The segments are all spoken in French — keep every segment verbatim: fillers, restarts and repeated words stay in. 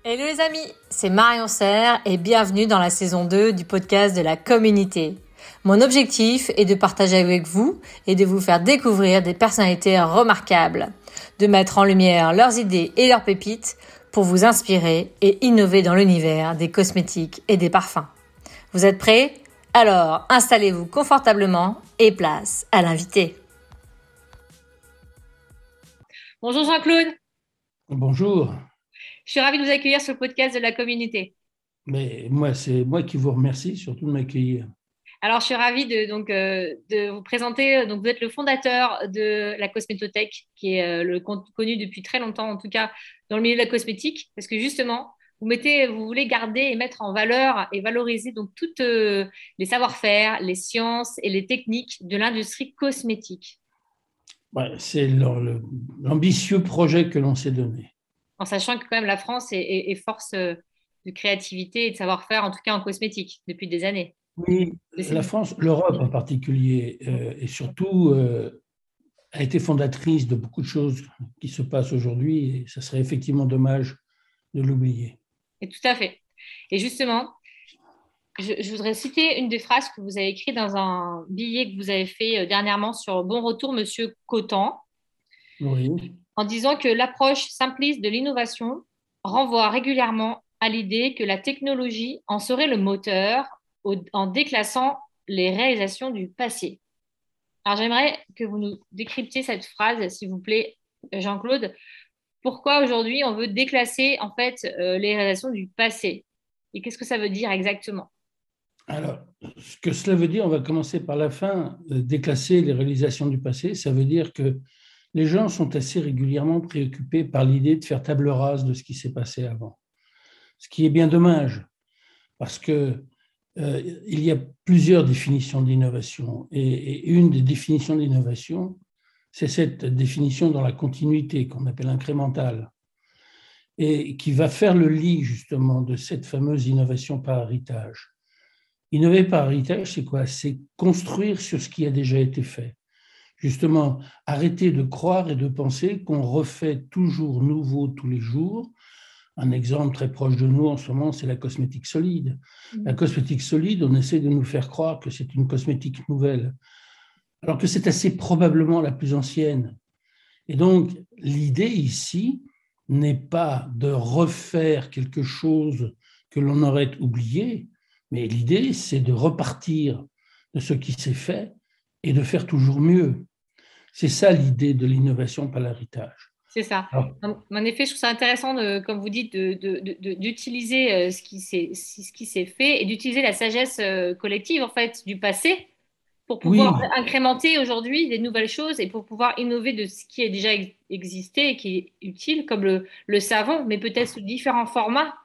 Hello les amis, c'est Marion Serre et bienvenue dans la saison deux du podcast de la communauté. Mon objectif est de partager avec vous et de vous faire découvrir des personnalités remarquables, de mettre en lumière leurs idées et leurs pépites pour vous inspirer et innover dans l'univers des cosmétiques et des parfums. Vous êtes prêts ? Alors installez-vous confortablement et place à l'invité. Bonjour Jean-Claude. Bonjour. Je suis ravie de vous accueillir sur le podcast de la communauté. Mais moi, c'est moi qui vous remercie surtout de m'accueillir. Alors, je suis ravie de, donc, euh, de vous présenter. Donc, vous êtes le fondateur de la Cosmétothèque, qui est euh, le, connu depuis très longtemps, en tout cas dans le milieu de la cosmétique, parce que justement, vous mettez, vous voulez garder et mettre en valeur et valoriser donc toutes euh, les savoir-faire, les sciences et les techniques de l'industrie cosmétique. Ouais, c'est le- le- l'ambitieux projet que l'on s'est donné. En sachant que quand même la France est, est- est force euh, de créativité et de savoir-faire, en tout cas en cosmétique, depuis des années. Oui, la Décennies. France, l'Europe en particulier, euh, et surtout euh, a été fondatrice de beaucoup de choses qui se passent aujourd'hui, et ça serait effectivement dommage de l'oublier. Et tout à fait. Et justement, Je, je voudrais citer une des phrases que vous avez écrites dans un billet que vous avez fait euh, dernièrement sur Bon Retour, Monsieur Cotan, Oui, en disant que l'approche simpliste de l'innovation renvoie régulièrement à l'idée que la technologie en serait le moteur au- en déclassant les réalisations du passé. Alors j'aimerais que vous nous décryptiez cette phrase, s'il vous plaît, Jean-Claude. Pourquoi aujourd'hui on veut déclasser en fait euh, les réalisations du passé? Et qu'est-ce que ça veut dire exactement? alors, ce que cela veut dire, on va commencer par la fin, euh, déclasser les réalisations du passé, ça veut dire que les gens sont assez régulièrement préoccupés par l'idée de faire table rase de ce qui s'est passé avant. Ce qui est bien dommage, parce que euh, il y a plusieurs définitions d'innovation. Et, et une des définitions d'innovation, c'est cette définition dans la continuité qu'on appelle incrémentale, et qui va faire le lit justement de cette fameuse innovation par héritage. Innover par héritage, c'est quoi? C'est construire sur ce qui a déjà été fait. Justement, arrêter de croire et de penser qu'on refait toujours nouveau tous les jours. Un exemple très proche de nous en ce moment, c'est la cosmétique solide. La cosmétique solide, on essaie de nous faire croire que c'est une cosmétique nouvelle, alors que c'est assez probablement la plus ancienne. Et donc, l'idée ici n'est pas de refaire quelque chose que l'on aurait oublié, mais l'idée, c'est de repartir de ce qui s'est fait et de faire toujours mieux. C'est ça l'idée de l'innovation par l'héritage. C'est ça. Alors, En, en effet, je trouve ça intéressant, de, comme vous dites, de- de- de- de- d'utiliser euh, ce qui s'est, ce qui s'est fait et d'utiliser la sagesse euh, collective en fait du passé pour pouvoir oui, incrémenter aujourd'hui des nouvelles choses et pour pouvoir innover de ce qui a déjà ex- existé et qui est utile, comme le, le savon, mais peut-être sous différents formats.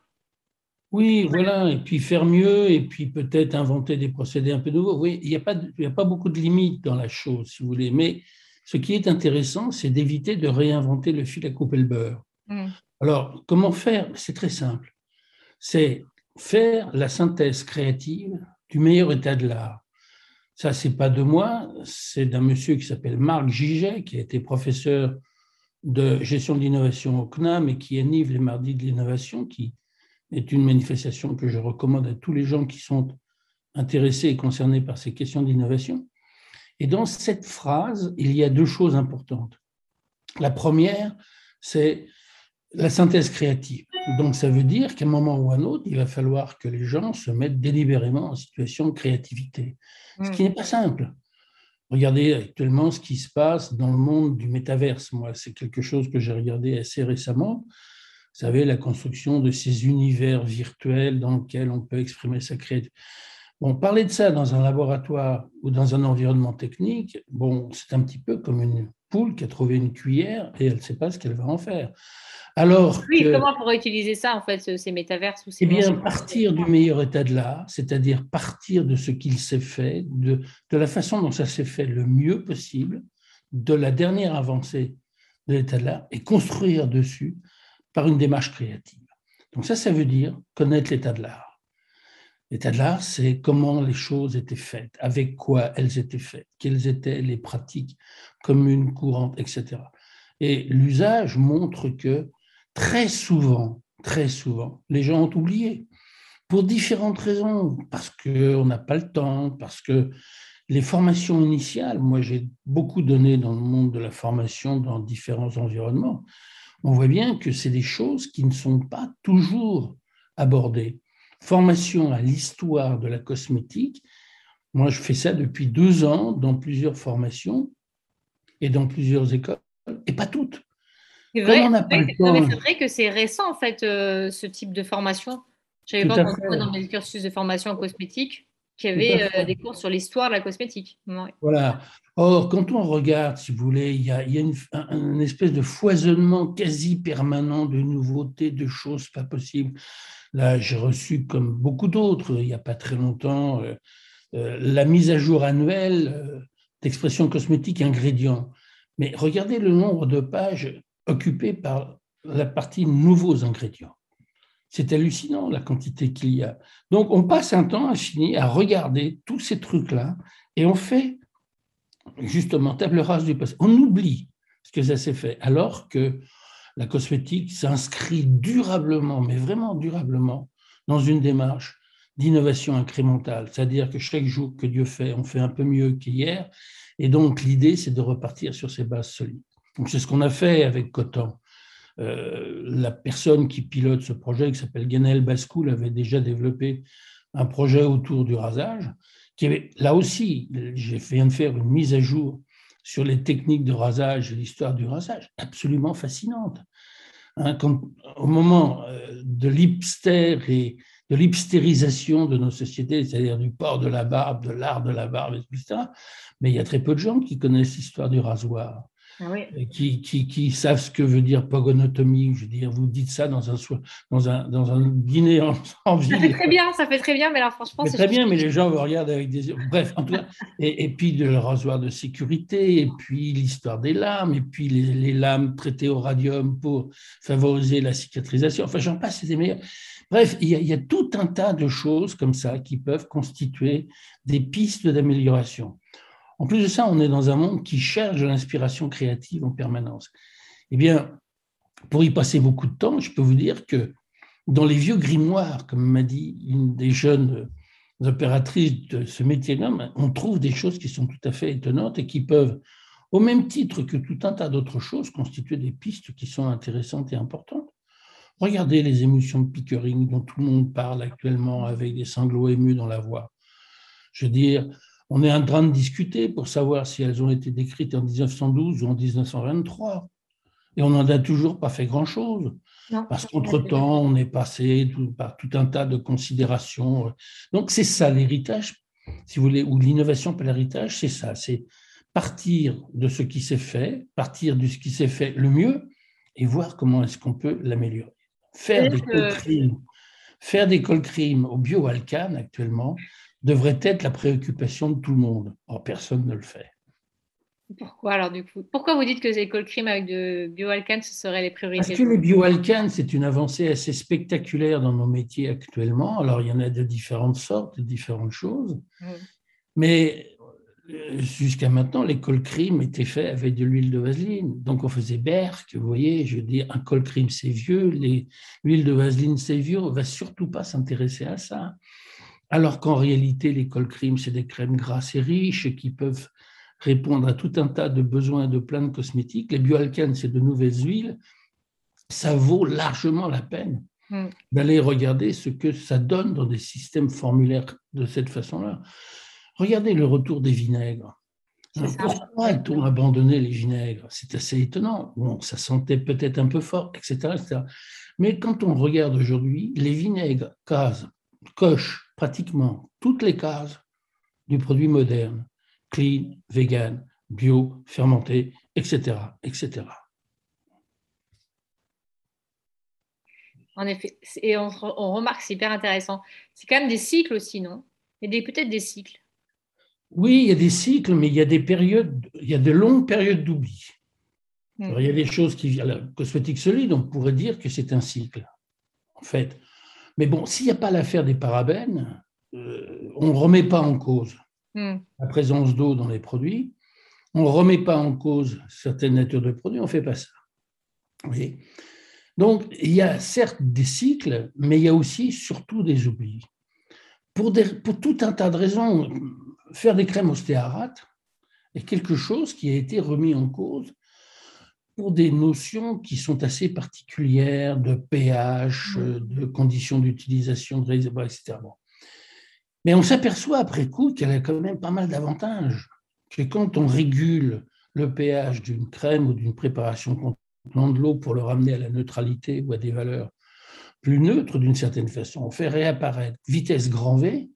oui, voilà, et puis faire mieux, et puis peut-être inventer des procédés un peu nouveaux. Oui, il n'y a pas, de- il y a pas beaucoup de limites dans la chose, si vous voulez, mais ce qui est intéressant, c'est d'éviter de réinventer le fil à couper le beurre. Mm. Alors, comment faire? C'est très simple. C'est faire la synthèse créative du meilleur état de l'art. Ça, c'est pas de moi, c'est d'un monsieur qui s'appelle Marc Giget, qui a été professeur de gestion de l'innovation au C N A M et qui anime les mardis de l'innovation, qui est une manifestation que je recommande à tous les gens qui sont intéressés et concernés par ces questions d'innovation. Et dans cette phrase, il y a deux choses importantes. La première, c'est la synthèse créative. Donc, ça veut dire qu'à un moment ou à un autre, il va falloir que les gens se mettent délibérément en situation de créativité, ce qui Mm. n'est pas simple. Regardez actuellement ce qui se passe dans le monde du métaverse. Moi, c'est quelque chose que j'ai regardé assez récemment. Vous savez, la construction de ces univers virtuels dans lesquels on peut exprimer sa créativité. Bon, parler de ça dans un laboratoire ou dans un environnement technique, bon, c'est un petit peu comme une poule qui a trouvé une cuillère et elle ne sait pas ce qu'elle va en faire. Alors Oui, que, comment on pourrait utiliser ça en fait, ce- ces métaverses ou ces eh bien, mondes? partir du meilleur état de l'art, c'est-à-dire partir de ce qu'il s'est fait, de, de la façon dont ça s'est fait le mieux possible, de la dernière avancée de l'état de l'art, et construire dessus par une démarche créative. Donc ça, ça veut dire connaître l'état de l'art. L'état de l'art, c'est comment les choses étaient faites, avec quoi elles étaient faites, quelles étaient les pratiques communes, courantes, et cetera. Et l'usage montre que très souvent, très souvent. Les gens ont oublié, pour différentes raisons, parce qu'on n'a pas le temps, parce que les formations initiales, moi j'ai beaucoup donné dans le monde de la formation dans différents environnements, on voit bien que c'est des choses qui ne sont pas toujours abordées. Formation à l'histoire de la cosmétique, moi je fais ça depuis deux ans dans plusieurs formations et dans plusieurs écoles, et pas toutes. C'est Comme vrai, on n'a c'est pas vrai, le que- non, mais temps, c'est vrai que c'est récent en fait euh, ce type de formation. Je n'avais tout pas à entendu moi, fait, dans mes cursus de formation en cosmétique qu'il y tout à avait euh, fait. des cours sur l'histoire de la cosmétique. Ouais. Voilà. Or, quand on regarde, si vous voulez, il y a, il y a une, un, une espèce de foisonnement quasi permanent de nouveautés, de choses pas possibles. Là, j'ai reçu, comme beaucoup d'autres, il n'y a pas très longtemps, euh, euh, la mise à jour annuelle euh, d'expression cosmétique ingrédients. Mais regardez le nombre de pages occupées par la partie nouveaux ingrédients. C'est hallucinant la quantité qu'il y a. Donc, on passe un temps infini à regarder tous ces trucs-là et on fait justement table rase du passé. On oublie ce que ça s'est fait, alors que la cosmétique s'inscrit durablement, mais vraiment durablement, dans une démarche d'innovation incrémentale. C'est-à-dire que chaque jour que Dieu fait, on fait un peu mieux qu'hier. Et donc, l'idée, c'est de repartir sur ces bases solides. Donc, c'est ce qu'on a fait avec Coton. Euh, la personne qui pilote ce projet, qui s'appelle Ganaël Bascoul, avait déjà développé un projet autour du rasage, qui avait, là aussi, j'ai viens de faire une mise à jour sur les techniques de rasage et l'histoire du rasage, absolument fascinante. Hein, quand, au moment euh, de l'hipster et de l'hipstérisation de nos sociétés, c'est-à-dire du port de la barbe, de l'art de la barbe, et cetera, mais il y a très peu de gens qui connaissent l'histoire du rasoir. Ah oui. Qui, qui, qui savent ce que veut dire pogonotomie. Je veux dire, vous dites ça dans un, dans un, dans un dîner en, en ville. Ça fait très bien, ça fait très bien, mais alors franchement, mais c'est très bien, mais les gens vous regardent avec des yeux. Bref, en tout cas, et, et puis le rasoir de sécurité, et puis l'histoire des lames, et puis les, les lames traitées au radium pour favoriser la cicatrisation. Enfin, j'en passe, c'est des meilleurs. Bref, il y, a, il y a tout un tas de choses comme ça qui peuvent constituer des pistes d'amélioration. En plus de ça, on est dans un monde qui cherche de l'inspiration créative en permanence. Eh bien, pour y passer beaucoup de temps, je peux vous dire que dans les vieux grimoires, comme m'a dit une des jeunes opératrices de ce métier-là, on trouve des choses qui sont tout à fait étonnantes et qui peuvent, au même titre que tout un tas d'autres choses, constituer des pistes qui sont intéressantes et importantes. Regardez les émotions de Pickering dont tout le monde parle actuellement avec des sanglots émus dans la voix. Je veux dire, on est en train de discuter pour savoir si elles ont été décrites en dix-neuf cent douze ou en dix-neuf cent vingt-trois. Et on n'en a toujours pas fait grand-chose. Non, Parce qu'entre-temps, on est passé tout, par tout un tas de considérations. Donc, c'est ça l'héritage, si vous voulez, ou l'innovation par l'héritage, c'est ça. C'est partir de ce qui s'est fait, partir de ce qui s'est fait le mieux et voir comment est-ce qu'on peut l'améliorer. Faire des call-crimes, faire des call-crimes au bioalcan actuellement devrait être la préoccupation de tout le monde. Or, personne ne le fait. Pourquoi alors du coup? Pourquoi vous dites que les call-crimes avec de bioalcan, ce seraient les priorités? Parce que les bioalcanes, c'est une avancée assez spectaculaire dans nos métiers actuellement. Alors, il y en a de différentes sortes, de différentes choses. Mmh. Mais jusqu'à maintenant, les call-crimes étaient faits avec de l'huile de vaseline. Donc, on faisait berk, vous voyez, je veux dire, un call-crime, c'est vieux, l'huile de vaseline, c'est vieux, on ne va surtout pas s'intéresser à ça. Alors qu'en réalité, les call-crimes, c'est des crèmes grasses et riches qui peuvent répondre à tout un tas de besoins de plein de cosmétiques. Les bioalcanes, c'est de nouvelles huiles. Ça vaut largement la peine mmh. d'aller regarder ce que ça donne dans des systèmes formulaires de cette façon-là. Regardez le retour des vinaigres. Alors, pourquoi a-t-on abandonné les vinaigres? C'est assez étonnant. Bon, ça sentait peut-être un peu fort, et cetera, et cetera. Mais quand on regarde aujourd'hui, les vinaigres casent, cochent pratiquement toutes les cases du produit moderne. Clean, vegan, bio, fermenté, et cetera, et cetera. En effet, et on, on remarque, c'est hyper intéressant. C'est quand même des cycles aussi, non? Il y a peut-être des cycles. Oui, il y a des cycles, mais il y a des périodes, il y a de longues périodes d'oubli. Mmh. Alors, il y a des choses qui viennent. La cosmétique solide, on pourrait dire que c'est un cycle, en fait. Mais bon, s'il n'y a pas l'affaire des parabènes, euh, on ne remet pas en cause mmh. la présence d'eau dans les produits, on ne remet pas en cause certaines natures de produits, on ne fait pas ça. Oui. Donc, il y a certes des cycles, mais il y a aussi surtout des oublis. Pour, des, pour tout un tas de raisons, faire des crèmes ostéarates est quelque chose qui a été remis en cause pour des notions qui sont assez particulières de pH, de conditions d'utilisation, de réservoir, et cetera. Bon. Mais on s'aperçoit après coup qu'elle a quand même pas mal d'avantages. Que quand on régule le pH d'une crème ou d'une préparation contenant de l'eau pour le ramener à la neutralité ou à des valeurs plus neutres d'une certaine façon, on fait réapparaître vitesse grand V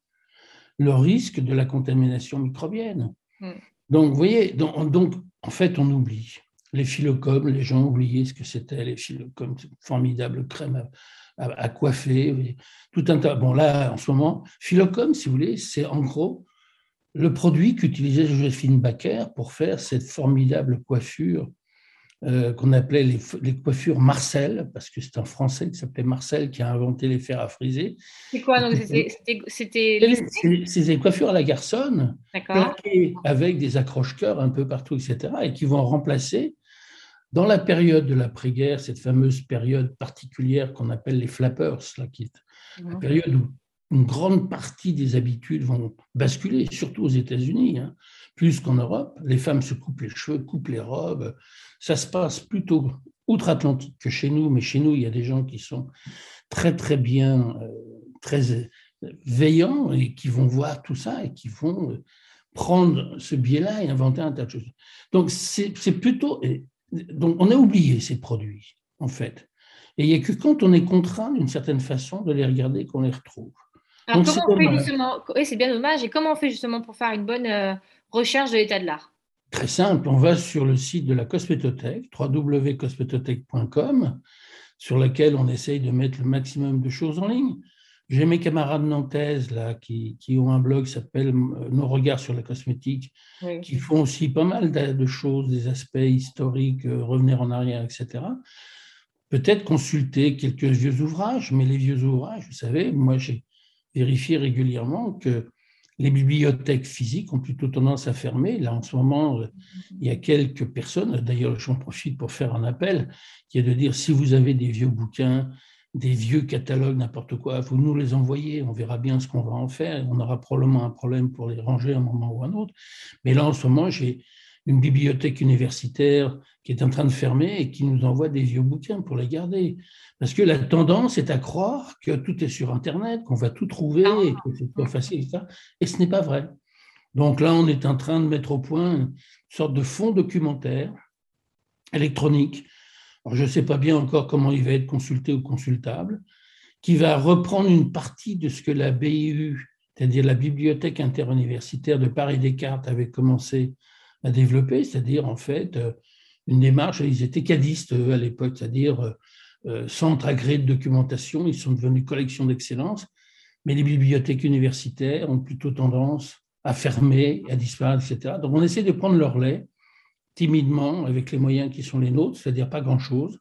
le risque de la contamination microbienne. Mm. Donc, vous voyez, donc, donc en fait, on oublie. Les Philocom, les gens ont oublié ce que c'était, les Philocom, formidable crème à, à, à coiffer, tout un tas. Bon, là, en ce moment, Philocom, si vous voulez, c'est en gros le produit qu'utilisait Joséphine Baker pour faire cette formidable coiffure euh, qu'on appelait les, les coiffures Marcel, parce que c'est un Français qui s'appelait Marcel qui a inventé les fers à friser. C'est quoi donc c'était, c'était... C'est, c'est des coiffures à la garçonne, plaquées avec des accroche-cœurs un peu partout, et cetera, et qui vont remplacer, dans la période de l'après-guerre, cette fameuse période particulière qu'on appelle les flappers, là, qui est la période où une grande partie des habitudes vont basculer, surtout aux États-Unis, hein, plus qu'en Europe. Les femmes se coupent les cheveux, coupent les robes. Ça se passe plutôt outre-Atlantique que chez nous, mais chez nous, il y a des gens qui sont très, très bien, euh, très veillants et qui vont voir tout ça et qui vont prendre ce biais-là et inventer un tas de choses. Donc, c'est, c'est plutôt... Donc, on a oublié ces produits, en fait. Et il n'y a que quand on est contraint, d'une certaine façon, de les regarder qu'on les retrouve. Alors, donc, comment on fait justement, oui, c'est bien dommage, et comment on fait justement pour faire une bonne euh, recherche de l'état de l'art? Très simple, on va sur le site de la Cosmétothèque, w w w point cosmétothèque point com, sur laquelle on essaye de mettre le maximum de choses en ligne. J'ai mes camarades nantaises là, qui, qui ont un blog qui s'appelle Nos regards sur la cosmétique, oui. qui font aussi pas mal de, de choses, des aspects historiques, euh, revenir en arrière, et cetera. Peut-être consulter quelques vieux ouvrages, mais les vieux ouvrages, vous savez, moi j'ai vérifié régulièrement que les bibliothèques physiques ont plutôt tendance à fermer. Là, en ce moment, il y a quelques personnes, d'ailleurs j'en profite pour faire un appel, qui est de dire si vous avez des vieux bouquins, des vieux catalogues, n'importe quoi, vous nous les envoyez, on verra bien ce qu'on va en faire. On aura probablement un problème pour les ranger à un moment ou à un autre. Mais là, en ce moment, j'ai une bibliothèque universitaire qui est en train de fermer et qui nous envoie des vieux bouquins pour les garder. Parce que la tendance est à croire que tout est sur Internet, qu'on va tout trouver et que c'est trop facile, et cetera. Et ce n'est pas vrai. Donc là, on est en train de mettre au point une sorte de fonds documentaire électronique. Alors, je ne sais pas bien encore comment il va être consulté ou consultable, qui va reprendre une partie de ce que la B I U, c'est-à-dire la Bibliothèque interuniversitaire de Paris-Descartes, avait commencé à développer, c'est-à-dire en fait une démarche, ils étaient cadistes à l'époque, c'est-à-dire euh, centre agréé de documentation, ils sont devenus collection d'excellence, mais les bibliothèques universitaires ont plutôt tendance à fermer, à disparaître, et cetera. Donc on essaie de prendre leur lait timidement, avec les moyens qui sont les nôtres, c'est-à-dire pas grand-chose.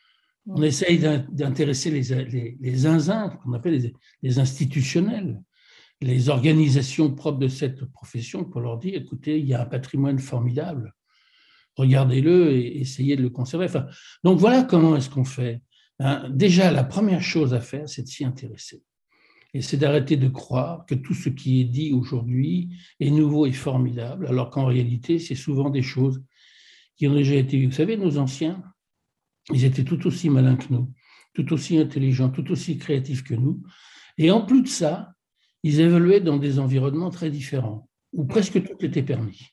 On essaye d'intéresser les, les, les zinzins, qu'on appelle les, les institutionnels, les organisations propres de cette profession, pour leur dire, écoutez, il y a un patrimoine formidable, regardez-le et essayez de le conserver. Enfin, donc voilà comment est-ce qu'on fait. Hein, déjà, la première chose à faire, c'est de s'y intéresser. Et c'est d'arrêter de croire que tout ce qui est dit aujourd'hui est nouveau et formidable, alors qu'en réalité, c'est souvent des choses qui ont déjà été... Vous savez, nos anciens, ils étaient tout aussi malins que nous, tout aussi intelligents, tout aussi créatifs que nous. Et en plus de ça, ils évoluaient dans des environnements très différents, où presque tout était permis.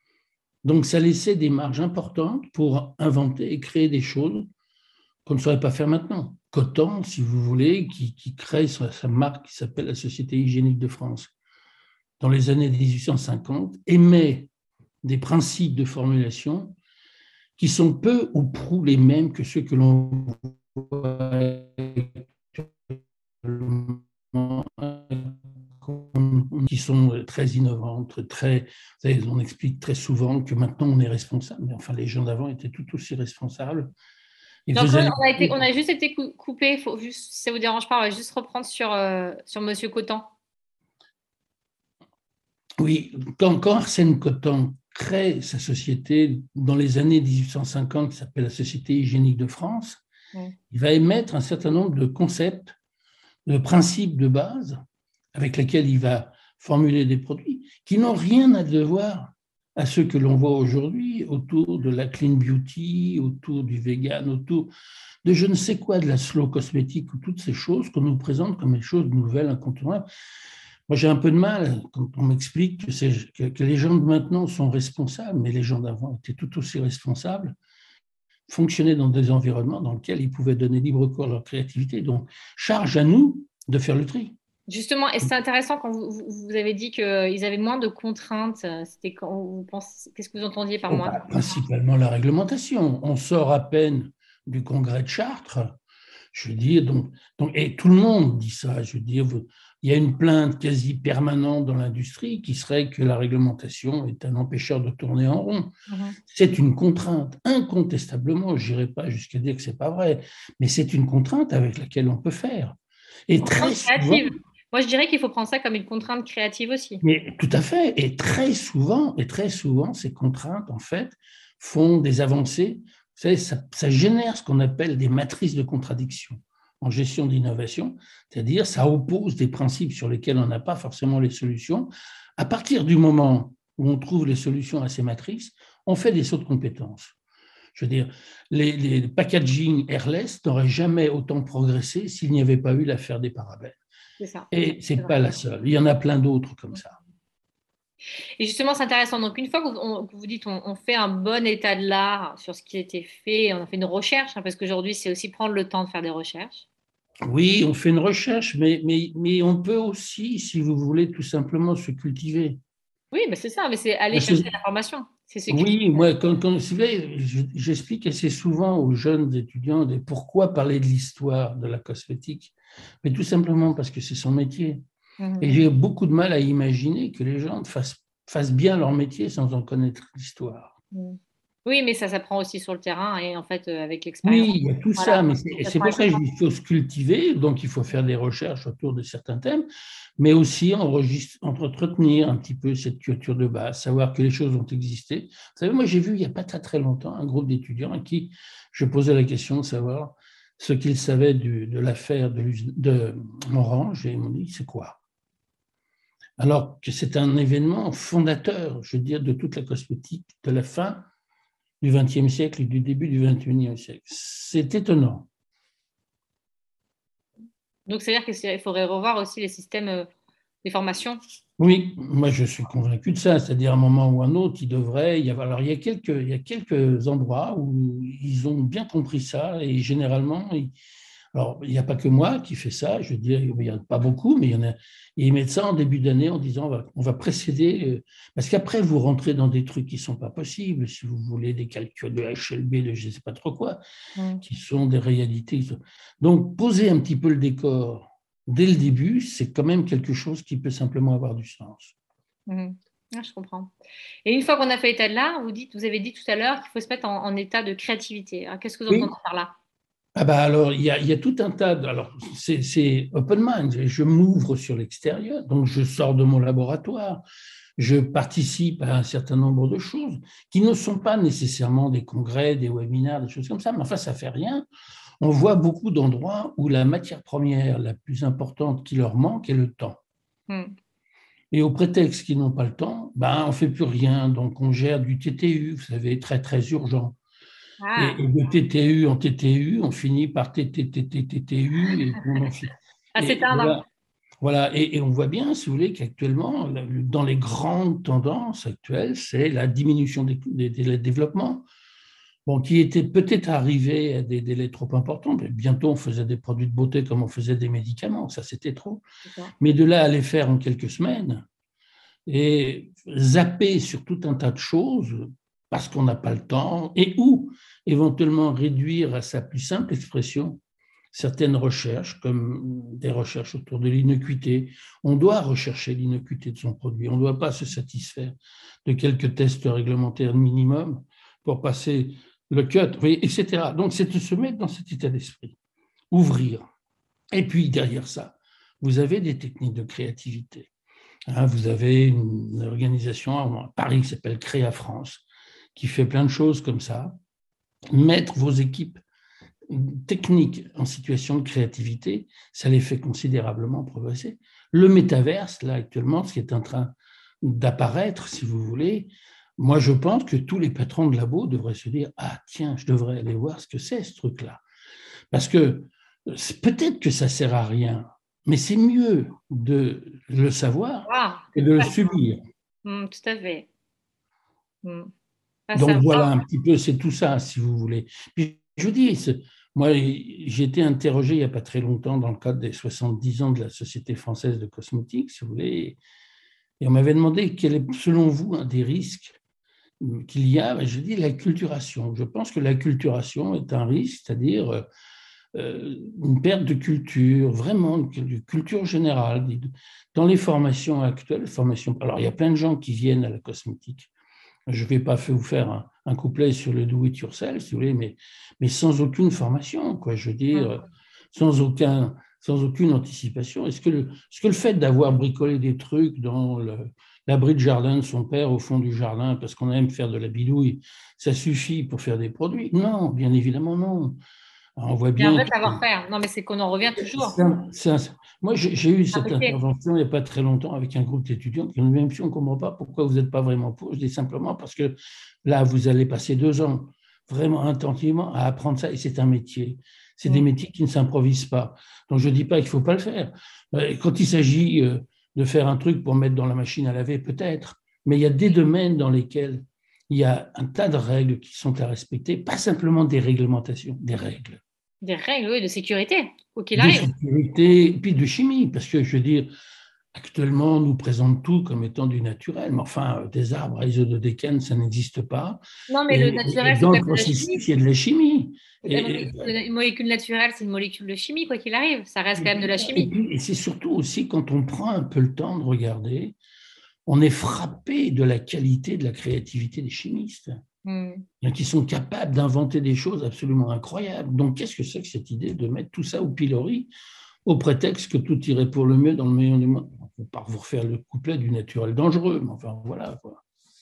Donc, ça laissait des marges importantes pour inventer et créer des choses qu'on ne saurait pas faire maintenant. Coton, si vous voulez, qui, qui crée sa, sa marque qui s'appelle la Société hygiénique de France, dans les années dix-huit cent cinquante, émet des principes de formulation qui sont peu ou prou les mêmes que ceux que l'on voit qui sont très innovantes, très, vous savez, on explique très souvent que maintenant on est responsable, mais enfin les gens d'avant étaient tout aussi responsables. Donc, on, a été, on a juste été coupé, faut juste, si ça ne vous dérange pas, on va juste reprendre sur, euh, sur Monsieur Coton. Oui, quand, quand Arsène Coton crée sa société dans les années dix-huit cent cinquante, qui s'appelle la Société hygiénique de France, Ouais. Il va émettre un certain nombre de concepts, de principes de base avec lesquels il va formuler des produits qui n'ont rien à devoir à ceux que l'on voit aujourd'hui autour de la clean beauty, autour du vegan, autour de je ne sais quoi, de la slow cosmétique ou toutes ces choses qu'on nous présente comme des choses nouvelles, incontournables. Moi, j'ai un peu de mal quand on m'explique que, c'est, que, que les gens de maintenant sont responsables, mais les gens d'avant étaient tout aussi responsables, fonctionnaient dans des environnements dans lesquels ils pouvaient donner libre cours à leur créativité. Donc, charge à nous de faire le tri. Justement, et c'est intéressant quand vous, vous avez dit qu'ils avaient moins de contraintes. C'était quand vous pensez, qu'est-ce que vous entendiez par Oh, moins bah, de contraintes? principalement la réglementation. On sort à peine du congrès de Chartres. Je veux dire, donc, donc, et tout le monde dit ça. Je veux dire, il y a une plainte quasi permanente dans l'industrie qui serait que la réglementation est un empêcheur de tourner en rond. Mm-hmm. C'est une contrainte, incontestablement. Je n'irai pas jusqu'à dire que c'est pas vrai, mais c'est une contrainte avec laquelle on peut faire. Et très souvent, moi, je dirais qu'il faut prendre ça comme une contrainte créative aussi. Mais tout à fait. Et très souvent, et très souvent, ces contraintes, en fait, font des avancées. Vous savez, ça, ça génère ce qu'on appelle des matrices de contradiction en gestion d'innovation, c'est-à-dire ça oppose des principes sur lesquels on n'a pas forcément les solutions. À partir du moment où on trouve les solutions à ces matrices, on fait des sauts de compétences. Je veux dire, les, les packaging airless n'auraient jamais autant progressé s'il n'y avait pas eu l'affaire des parabènes. C'est ça. Et ce n'est pas la seule. Il y en a plein d'autres comme ça. Et justement, c'est intéressant. Donc, une fois que vous, on, que vous dites on, on fait un bon état de l'art sur ce qui a été fait, on a fait une recherche, hein, parce qu'aujourd'hui, c'est aussi prendre le temps de faire des recherches. Oui, on fait une recherche, mais, mais, mais on peut aussi, si vous voulez, tout simplement se cultiver. Oui, mais c'est ça, mais c'est aller chercher l'information. Oui, moi, quand, quand vous savez, j'explique assez souvent aux jeunes étudiants de pourquoi parler de l'histoire de la cosmétique, mais tout simplement parce que c'est son métier. Mmh. Et j'ai beaucoup de mal à imaginer que les gens fassent, fassent bien leur métier sans en connaître l'histoire. Mmh. Oui, mais ça s'apprend aussi sur le terrain et en fait, euh, avec l'expérience. Oui, il y a tout voilà. ça, mais c'est, c'est pour ça qu'il faut se cultiver, donc il faut faire des recherches autour de certains thèmes, mais aussi entretenir un petit peu cette culture de base, savoir que les choses ont existé. Vous savez, moi j'ai vu il n'y a pas très, très longtemps un groupe d'étudiants à qui je posais la question de savoir ce qu'ils savaient du, de l'affaire de, de Orange, et ils m'ont dit, c'est quoi ? Alors que c'est un événement fondateur, je veux dire, de toute la cosmétique de la fin du vingtième siècle et du début du vingt et unième siècle. C'est étonnant. Donc, c'est-à-dire qu'il faudrait revoir aussi les systèmes des formations. Oui, moi je suis convaincu de ça. C'est-à-dire à un moment ou un autre, il devrait y avoir. Alors, il y a quelques, il y a quelques endroits où ils ont bien compris ça et généralement, ils... alors il n'y a pas que moi qui fais ça. Je veux dire, il n'y en a pas beaucoup, mais il y en a. Et ils mettent ça en début d'année en disant on va, on va précéder. Parce qu'après, vous rentrez dans des trucs qui ne sont pas possibles. Si vous voulez des calculs de H L B, de je ne sais pas trop quoi, mmh. qui sont des réalités. Donc, poser un petit peu le décor dès le début, c'est quand même quelque chose qui peut simplement avoir du sens. Mmh. Ah, je comprends. Et une fois qu'on a fait état de l'art, vous, dites, vous avez dit tout à l'heure qu'il faut se mettre en, en état de créativité. Alors, qu'est-ce que vous entendez oui. par là ? Ah bah alors, il y, a, il y a tout un tas de... Alors, c'est, c'est open mind. Je m'ouvre sur l'extérieur, donc je sors de mon laboratoire. Je participe à un certain nombre de choses qui ne sont pas nécessairement des congrès, des webinaires, des choses comme ça, mais enfin, ça ne fait rien. On voit beaucoup d'endroits où la matière première la plus importante qui leur manque est le temps. Mm. Et au prétexte qu'ils n'ont pas le temps, ben, on ne fait plus rien. Donc, on gère du T T U, vous savez, très, très urgent. Ah. Et, et de T T U en T T U, on finit par T T T T T T U. Et on finit. Ah, c'est un voilà, voilà. Et, et on voit bien, si vous voulez, qu'actuellement, dans les grandes tendances actuelles, c'est la diminution des, des délais de développement. Bon, qui était peut-être arrivé à des délais trop importants, mais bientôt on faisait des produits de beauté comme on faisait des médicaments, ça c'était trop. Mais de là à les faire en quelques semaines et zapper sur tout un tas de choses parce qu'on n'a pas le temps et ou éventuellement réduire à sa plus simple expression certaines recherches, comme des recherches autour de l'innocuité. On doit rechercher l'innocuité de son produit, on ne doit pas se satisfaire de quelques tests réglementaires minimum pour passer le cut, et cetera. Donc, c'est de se mettre dans cet état d'esprit, ouvrir. Et puis, derrière ça, vous avez des techniques de créativité. Hein, vous avez une organisation à Paris qui s'appelle Créa France, qui fait plein de choses comme ça. Mettre vos équipes techniques en situation de créativité, ça les fait considérablement progresser. Le métaverse, là, actuellement, ce qui est en train d'apparaître, si vous voulez, moi, je pense que tous les patrons de labo devraient se dire « Ah, tiens, je devrais aller voir ce que c'est, ce truc-là. » Parce que peut-être que ça ne sert à rien, mais c'est mieux de le savoir Ah, que de le subir. mmh, tout à fait. Mmh. Ah, Donc ça, voilà, ah, un petit peu, c'est tout ça, si vous voulez. Puis je vous dis, moi, j'ai été interrogé il n'y a pas très longtemps dans le cadre des soixante-dix ans de la Société française de cosmétique, si vous voulez, et on m'avait demandé quel est, selon vous, un des risques qu'il y a. Je dis l'acculturation. Je pense que l'acculturation est un risque, c'est-à-dire euh, une perte de culture, vraiment de culture générale. Dans les formations actuelles, formations, alors il y a plein de gens qui viennent à la cosmétique. Je ne vais pas vous faire un, un couplet sur le do it yourself, si vous voulez, mais, mais sans aucune formation, quoi. Je veux dire, sans, aucun, sans aucune anticipation. Est-ce que, le, est-ce que le fait d'avoir bricolé des trucs dans le, l'abri de jardin de son père au fond du jardin parce qu'on aime faire de la bidouille, ça suffit pour faire des produits? Non, bien évidemment non. On voit il y a un bien vrai que savoir-faire. Non, mais c'est qu'on en revient toujours. c'est un, c'est un, moi, j'ai, j'ai eu cette Ah, ok. intervention il n'y a pas très longtemps avec un groupe d'étudiants qui ont dit même si on ne comprend pas pourquoi vous n'êtes pas vraiment pour. Je dis simplement parce que là, vous allez passer deux ans vraiment attentivement à apprendre ça et c'est un métier. C'est des Mm. métiers qui ne s'improvisent pas. Donc, je ne dis pas qu'il ne faut pas le faire. Quand il s'agit de faire un truc pour mettre dans la machine à laver, peut-être. Mais il y a des domaines dans lesquels il y a un tas de règles qui sont à respecter, pas simplement des réglementations, des règles. Des règles, oui, de sécurité, quoi qu'il De arrive. sécurité, et puis de chimie, parce que je veux dire, actuellement, on nous présente tout comme étant du naturel, mais enfin, des arbres à isododécane, ça n'existe pas. Non, mais le Et, et naturel, c'est dans quand le même de la chimie. processus, il y a de la chimie. Et, Une molécule naturelle, c'est une molécule de chimie, quoi qu'il arrive. Ça reste quand même de la et, chimie. puis, et c'est surtout aussi quand on prend un peu le temps de regarder, on est frappé de la qualité de la créativité des chimistes, Mm. qui sont capables d'inventer des choses absolument incroyables. Donc, qu'est-ce que c'est que cette idée de mettre tout ça au pilori au prétexte que tout irait pour le mieux dans le meilleur des mondes? On ne peut pas vous refaire le couplet du naturel dangereux, mais enfin, voilà, quoi.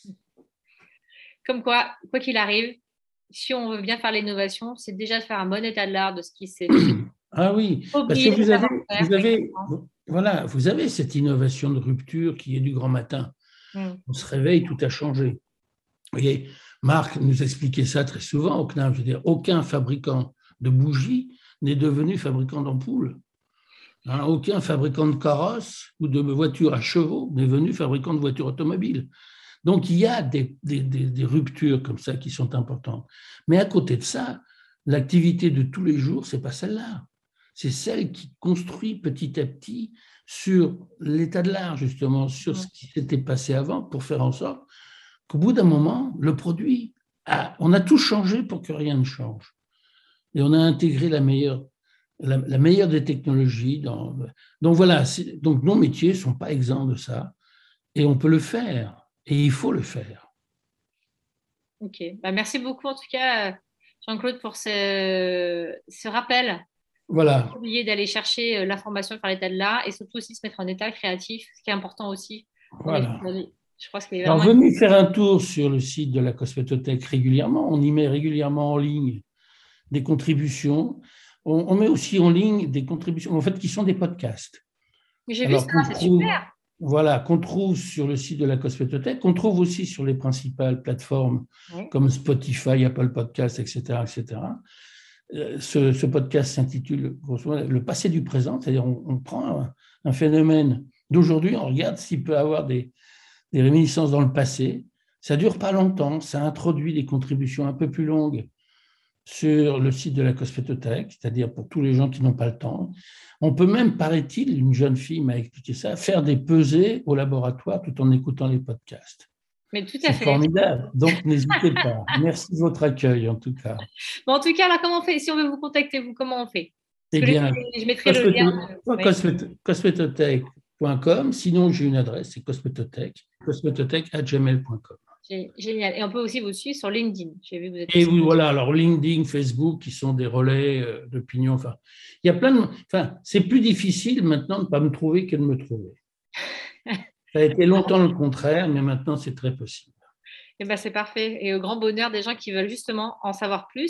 Comme quoi, quoi qu'il arrive, si on veut bien faire l'innovation, c'est déjà de faire un bon état de l'art de ce qui s'est fait. Ah oui, parce que Oublier le vous avez, savoir-faire. vous avez, voilà, vous avez cette innovation de rupture qui est du grand matin. Mm. On se réveille, tout a changé. Vous voyez, Marc nous expliquait ça très souvent au C N A M. Je veux dire, aucun fabricant de bougies n'est devenu fabricant d'ampoules. Hein, aucun fabricant de carrosses ou de voitures à chevaux n'est venu fabricant de voitures automobiles. Donc, il y a des, des, des, des ruptures comme ça qui sont importantes. Mais à côté de ça, l'activité de tous les jours, ce n'est pas celle-là. C'est celle qui construit petit à petit sur l'état de l'art, justement, sur ce qui s'était passé avant, pour faire en sorte qu'au bout d'un moment, le produit, a, on a tout changé pour que rien ne change. Et on a intégré la meilleure, la, la meilleure des technologies. Dans, donc voilà, donc nos métiers ne sont pas exempts de ça. Et on peut le faire. Et il faut le faire. Ok. Bah, merci beaucoup, en tout cas, Jean-Claude, pour ce, ce rappel. Voilà. Pas oublier d'aller chercher l'information par l'état de l'art et surtout aussi se mettre en état créatif, ce qui est important aussi. Voilà. Je crois que c'est vraiment... Alors, venez faire un tour sur le site de la Cosmétothèque régulièrement. On y met régulièrement en ligne des contributions. On, on met aussi en ligne des contributions, en fait, qui sont des podcasts. J'ai vu ça, c'est trouve, super. Voilà, qu'on trouve sur le site de la Cosmétothèque, qu'on trouve aussi sur les principales plateformes oui. comme Spotify, Apple Podcasts, et cetera, et cetera. Ce, ce podcast s'intitule Le passé du présent, c'est-à-dire on, on prend un, un phénomène d'aujourd'hui, on regarde s'il peut avoir des, des réminiscences dans le passé. Ça ne dure pas longtemps, ça introduit des contributions un peu plus longues sur le site de la Cosmétothèque, c'est-à-dire pour tous les gens qui n'ont pas le temps. On peut même, paraît-il, une jeune fille m'a expliqué ça, faire des pesées au laboratoire tout en écoutant les podcasts. Mais tout à fait. C'est formidable. Donc, n'hésitez pas. Merci de votre accueil, en tout cas. Bon, en tout cas, alors, comment on fait? Si on veut vous contacter, vous, comment on fait? Eh bien, je mettrai le lien. cosmétothèque point com. Sinon, j'ai une adresse, c'est cosmétothèque, cosmétothèque arobase gmail point com. Génial. Et on peut aussi vous suivre sur LinkedIn. J'ai vu que vous êtes Et vous, voilà, alors LinkedIn, Facebook, qui sont des relais d'opinion. Enfin, il y a plein de. Enfin, c'est plus difficile maintenant de ne pas me trouver que de me trouver. Ça a été longtemps le contraire, mais maintenant, c'est très possible. Et ben, c'est parfait. Et au grand bonheur des gens qui veulent justement en savoir plus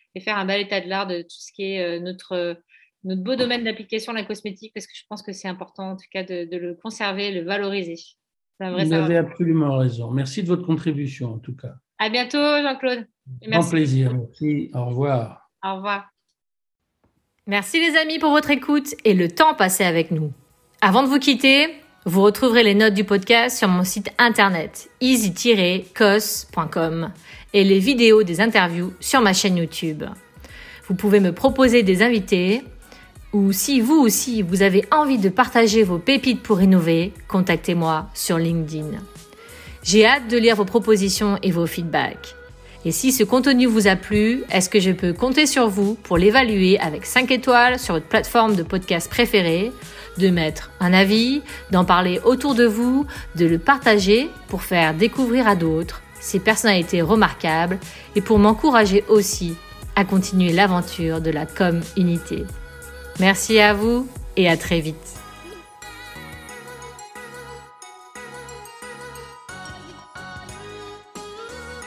et faire un bel état de l'art de tout ce qui est euh, notre, notre beau domaine d'application, la cosmétique, parce que je pense que c'est important en tout cas de, de le conserver, de le valoriser. Vous avez absolument raison. Merci de votre contribution en tout cas. À bientôt Jean-Claude. Grand plaisir. Merci. Au revoir. Au revoir. Merci les amis pour votre écoute et le temps passé avec nous. Avant de vous quitter, vous retrouverez les notes du podcast sur mon site internet easy tiret cos point com et les vidéos des interviews sur ma chaîne YouTube. Vous pouvez me proposer des invités ou si vous aussi vous avez envie de partager vos pépites pour innover, contactez-moi sur LinkedIn. J'ai hâte de lire vos propositions et vos feedbacks. Et si ce contenu vous a plu, est-ce que je peux compter sur vous pour l'évaluer avec cinq étoiles sur votre plateforme de podcast préférée, de mettre un avis, d'en parler autour de vous, de le partager pour faire découvrir à d'autres ces personnalités remarquables et pour m'encourager aussi à continuer l'aventure de la com unité. Merci à vous et à très vite.